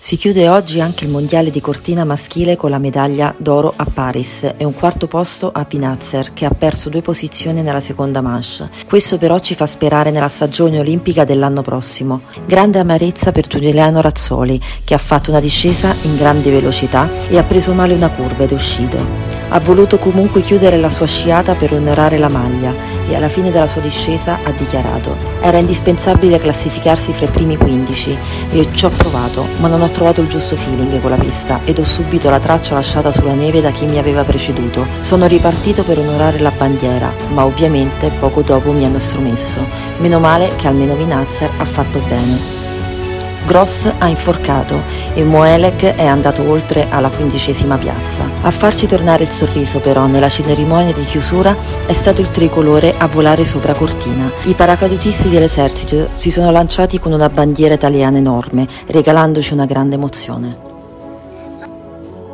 Si chiude oggi anche il mondiale di cortina maschile con la medaglia d'oro a Paris e un quarto posto a Pinazzer, che ha perso 2 posizioni nella seconda manche. Questo però ci fa sperare nella stagione olimpica dell'anno prossimo. Grande amarezza per Giuliano Razzoli, che ha fatto una discesa in grande velocità e ha preso male una curva ed è uscito. Ha voluto comunque chiudere la sua sciata per onorare la maglia e alla fine della sua discesa ha dichiarato: era indispensabile classificarsi fra i primi 15 e ci ho provato, ma non ho trovato il giusto feeling con la pista ed ho subito la traccia lasciata sulla neve da chi mi aveva preceduto. Sono ripartito per onorare la bandiera, ma ovviamente poco dopo mi hanno estromesso. Meno male che almeno Pinazzer ha fatto bene. Gross ha inforcato e Moelec è andato oltre alla 15ª piazza. A farci tornare il sorriso però nella cerimonia di chiusura è stato il tricolore a volare sopra Cortina. I paracadutisti dell'esercito si sono lanciati con una bandiera italiana enorme, regalandoci una grande emozione.